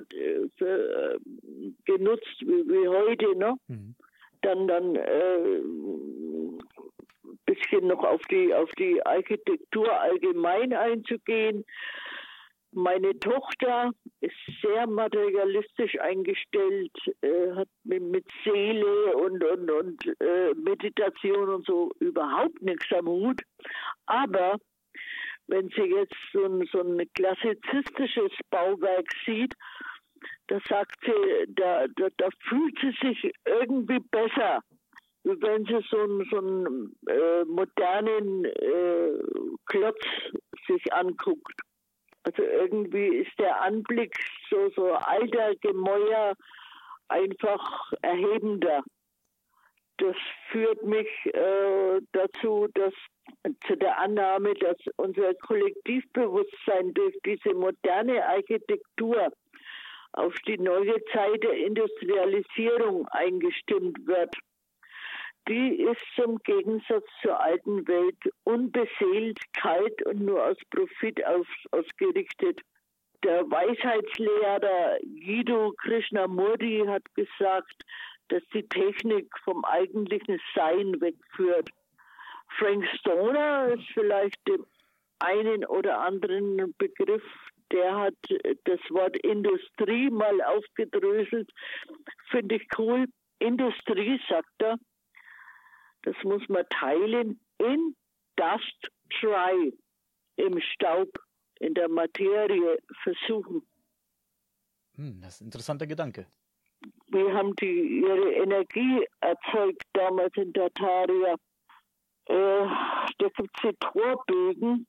genutzt wie heute. Ne? Mhm. Dann ein bisschen noch auf die Architektur allgemein einzugehen. Meine Tochter ist sehr materialistisch eingestellt, hat mit Seele und Meditation und so überhaupt nichts am Hut. Aber wenn sie jetzt so ein klassizistisches Bauwerk sieht, da sagt sie, da fühlt sie sich irgendwie besser, wie wenn sie so einen modernen Klotz sich anguckt. Also irgendwie ist der Anblick so alter Gemäuer einfach erhebender. Das führt mich dazu, dass zu der Annahme, dass unser Kollektivbewusstsein durch diese moderne Architektur auf die neue Zeit der Industrialisierung eingestimmt wird. Die ist zum Gegensatz zur alten Welt unbeseelt, kalt und nur aus Profit ausgerichtet. Der Weisheitslehrer Guido Krishnamurti hat gesagt, dass die Technik vom eigentlichen Sein wegführt. Frank Stoner ist vielleicht dem einen oder anderen Begriff, der hat das Wort Industrie mal aufgedröselt. Finde ich cool. Industrie, sagt er, das muss man teilen in Dust Try, im Staub, in der Materie versuchen. Das ist ein interessanter Gedanke. Wie haben die ihre Energie erzeugt damals in Tartaria? Da gibt es die Torbögen,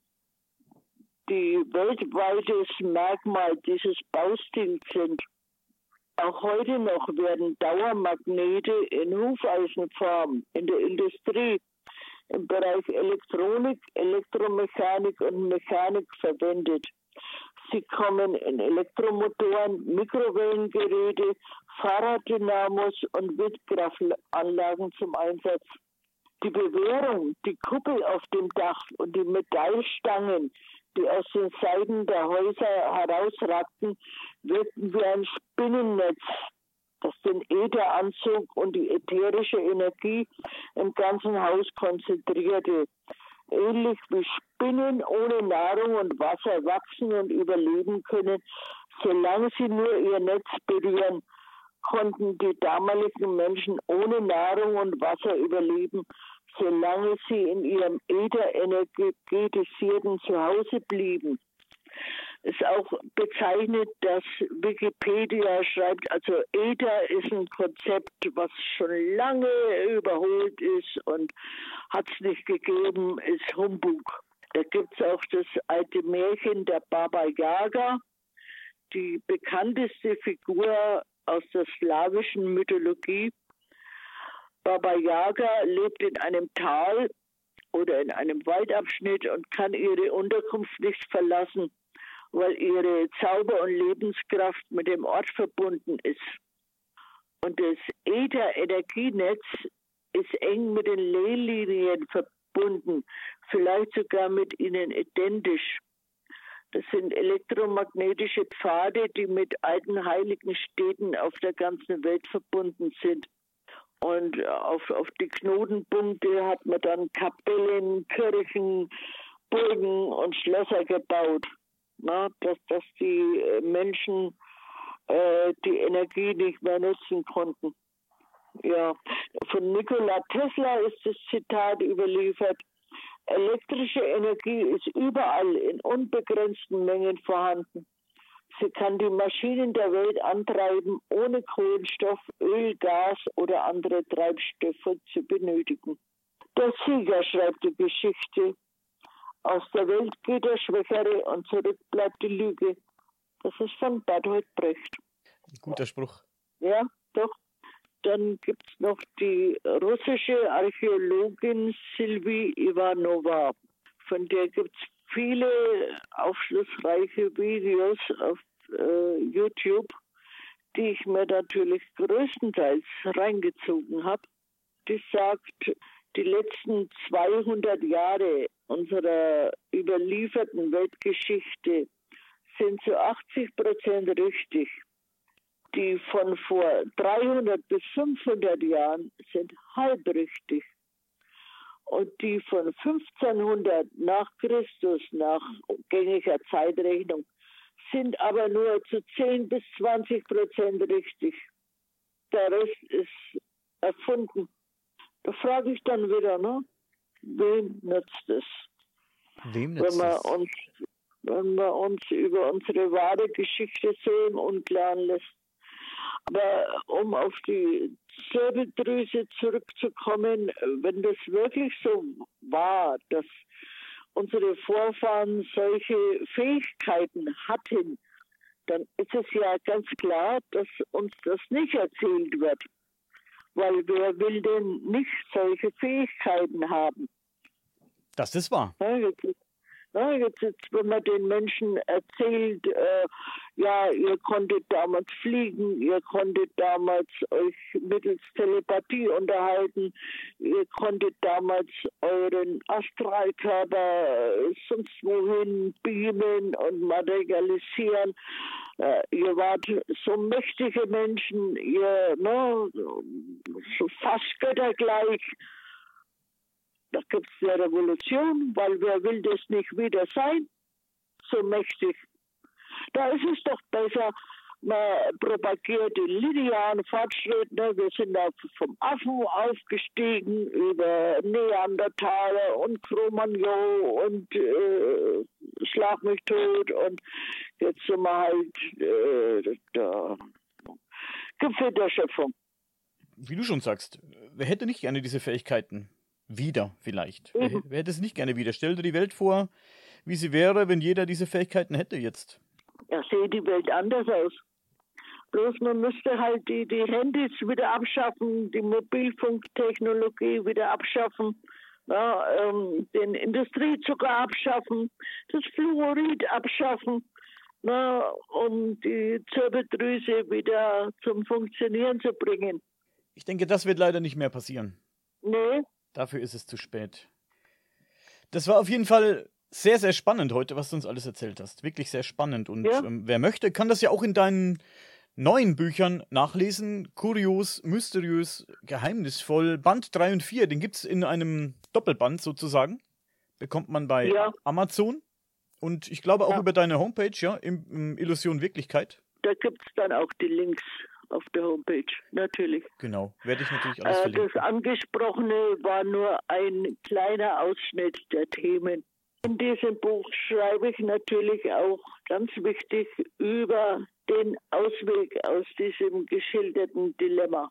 die weltweites Merkmal dieses Baustils sind. Auch heute noch werden Dauermagnete in Hufeisenform in der Industrie, im Bereich Elektronik, Elektromechanik und Mechanik verwendet. Sie kommen in Elektromotoren, Mikrowellengeräte, Fahrraddynamos und Windkraftanlagen zum Einsatz. Die Bewehrung, die Kuppel auf dem Dach und die Metallstangen, die aus den Seiten der Häuser herausragten, wirkten wie ein Spinnennetz, das den Ätheranzug und die ätherische Energie im ganzen Haus konzentrierte. Ähnlich wie Spinnen ohne Nahrung und Wasser wachsen und überleben können, solange sie nur ihr Netz berühren, konnten die damaligen Menschen ohne Nahrung und Wasser überleben, solange sie in ihrem ätherenergetisierten Zuhause blieben. Ist auch bezeichnet, dass Wikipedia schreibt, also Äther ist ein Konzept, was schon lange überholt ist und hat es nicht gegeben, ist Humbug. Da gibt es auch das alte Märchen der Baba Yaga, die bekannteste Figur aus der slawischen Mythologie. Baba Yaga lebt in einem Tal oder in einem Waldabschnitt und kann ihre Unterkunft nicht verlassen, weil ihre Zauber- und Lebenskraft mit dem Ort verbunden ist. Und das Äther-Energienetz ist eng mit den Leylinien verbunden, vielleicht sogar mit ihnen identisch. Das sind elektromagnetische Pfade, die mit alten heiligen Städten auf der ganzen Welt verbunden sind. Und auf die Knotenpunkte hat man dann Kapellen, Kirchen, Burgen und Schlösser gebaut, na, dass die Menschen die Energie nicht mehr nutzen konnten. Ja, von Nikola Tesla ist das Zitat überliefert: Elektrische Energie ist überall in unbegrenzten Mengen vorhanden. Sie kann die Maschinen der Welt antreiben, ohne Kohlenstoff, Öl, Gas oder andere Treibstoffe zu benötigen. Der Sieger schreibt die Geschichte. Aus der Welt geht der Schwächere und zurück bleibt die Lüge. Das ist von Bertolt Brecht. Ein guter Spruch. Ja, doch. Dann gibt es noch die russische Archäologin Sylvie Ivanova. Von der gibt es viele aufschlussreiche Videos auf YouTube, die ich mir natürlich größtenteils reingezogen habe. Die sagt, die letzten 200 Jahre unserer überlieferten Weltgeschichte sind zu 80% richtig. Die von vor 300 bis 500 Jahren sind halb richtig. Und die von 1500 nach Christus, nach gängiger Zeitrechnung, sind aber nur zu 10 bis 20% richtig. Der Rest ist erfunden. Da frage ich dann wieder, ne? Wem nützt es? Wem nützt es? Wenn man uns über unsere wahre Geschichte so im Unklaren lässt. Aber um auf die Zirbeldrüse zurückzukommen, wenn das wirklich so war, dass unsere Vorfahren solche Fähigkeiten hatten, dann ist es ja ganz klar, dass uns das nicht erzählt wird. Weil wer will denn nicht solche Fähigkeiten haben? Das ist wahr. Jetzt, wenn man den Menschen erzählt, ja, ihr konntet damals fliegen, ihr konntet damals euch mittels Telepathie unterhalten, ihr konntet damals euren Astralkörper sonst wohin beamen und materialisieren. Ihr wart so mächtige Menschen, ihr so fast göttergleich. Da gibt es eine Revolution, weil wer will das nicht wieder sein? So mächtig. Da ist es doch besser, man propagiert den linearen Fortschritt. Ne? Wir sind vom Affen aufgestiegen über Neandertaler und Cro-Magnon und Schlag mich tot. Und jetzt sind wir halt der Gipfel der Schöpfung. Wie du schon sagst, wer hätte nicht gerne diese Fähigkeiten? Wieder vielleicht. Wer hätte es nicht gerne wieder? Stell dir die Welt vor, wie sie wäre, wenn jeder diese Fähigkeiten hätte jetzt. Ja, sehe die Welt anders aus. Bloß man müsste halt die Handys wieder abschaffen, die Mobilfunktechnologie wieder abschaffen, den Industriezucker abschaffen, das Fluorid abschaffen, um die Zirbeldrüse wieder zum Funktionieren zu bringen. Ich denke, das wird leider nicht mehr passieren. Nee. Dafür ist es zu spät. Das war auf jeden Fall sehr, sehr spannend heute, was du uns alles erzählt hast. Wirklich sehr spannend. Und wer möchte, kann das ja auch in deinen neuen Büchern nachlesen. Kurios, mysteriös, geheimnisvoll. Band 3 und 4, den gibt es in einem Doppelband sozusagen. Bekommt man bei Amazon. Und ich glaube auch über deine Homepage, im Illusion Wirklichkeit. Da gibt es dann auch die Links auf der Homepage, natürlich. Genau, werde ich natürlich alles verlinken. Das Angesprochene war nur ein kleiner Ausschnitt der Themen. In diesem Buch schreibe ich natürlich auch ganz wichtig über den Ausweg aus diesem geschilderten Dilemma.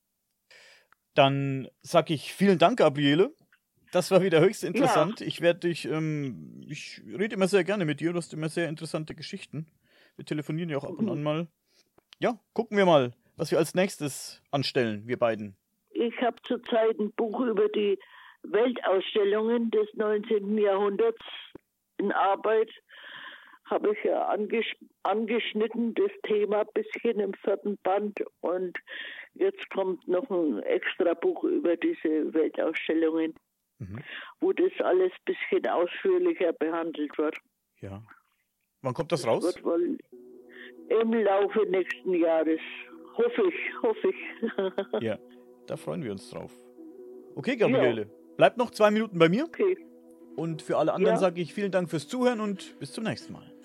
Dann sage ich vielen Dank, Gabriele. Das war wieder höchst interessant. Ja. Ich rede immer sehr gerne mit dir, du hast immer sehr interessante Geschichten. Wir telefonieren ja auch ab und an mal. Ja, gucken wir mal, was wir als nächstes anstellen, wir beiden. Ich habe zurzeit ein Buch über die Weltausstellungen des 19. Jahrhunderts in Arbeit. Habe ich ja angeschnitten, das Thema ein bisschen im 4. Band. Und jetzt kommt noch ein extra Buch über diese Weltausstellungen, wo das alles ein bisschen ausführlicher behandelt wird. Ja. Wann kommt das raus? Wird wohl im Laufe nächsten Jahres. Hoffe ich. Ja, da freuen wir uns drauf. Okay, Gabriele, bleib noch 2 Minuten bei mir. Okay. Und für alle anderen sage ich vielen Dank fürs Zuhören und bis zum nächsten Mal.